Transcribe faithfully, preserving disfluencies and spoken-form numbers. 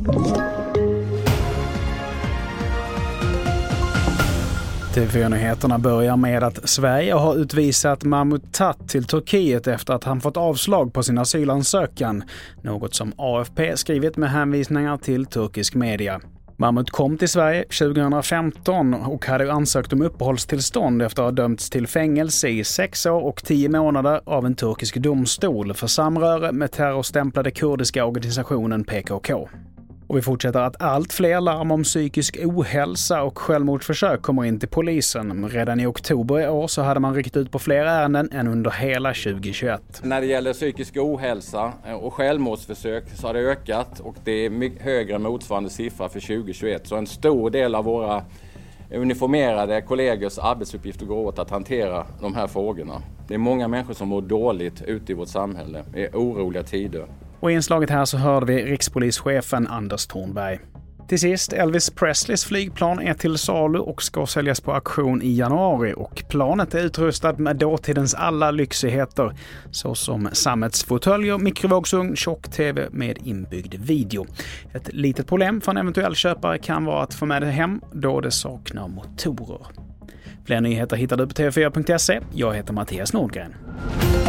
T V fyra-nyheterna börjar med att Sverige har utvisat Mahmut Tat till Turkiet efter att han fått avslag på sin asylansökan, något som A F P skrivit med hänvisningar till turkisk media. Mahmut kom till Sverige tjugohundrafemton och hade ansökt om uppehållstillstånd efter att ha dömts till fängelse i sex år och tio månader av en turkisk domstol för samröre med terrorstämplade kurdiska organisationen P K K. Och vi fortsätter att allt fler larm om psykisk ohälsa och självmordsförsök kommer in till polisen. Redan i oktober i år så hade man ryckt ut på fler ärenden än under hela tjugohundratjugoett. När det gäller psykisk ohälsa och självmordsförsök så har det ökat, och det är mycket högre motsvarande siffra för tjugohundratjugoett. Så en stor del av våra uniformerade kollegors arbetsuppgifter går åt att hantera de här frågorna. Det är många människor som mår dåligt ute i vårt samhälle i oroliga tider. Och i inslaget här så hörde vi rikspolischefen Anders Thornberg. Till sist, Elvis Presleys flygplan är till salu och ska säljas på auktion i januari, och planet är utrustat med dåtidens alla lyxigheter såsom sammetsfåtöljer, mikrovågsugn, tjock-tv med inbyggd video. Ett litet problem för en eventuell köpare kan vara att få med det hem då det saknar motorer. Fler nyheter hittar du på T V fyra punkt se. Jag heter Mattias Nordgren.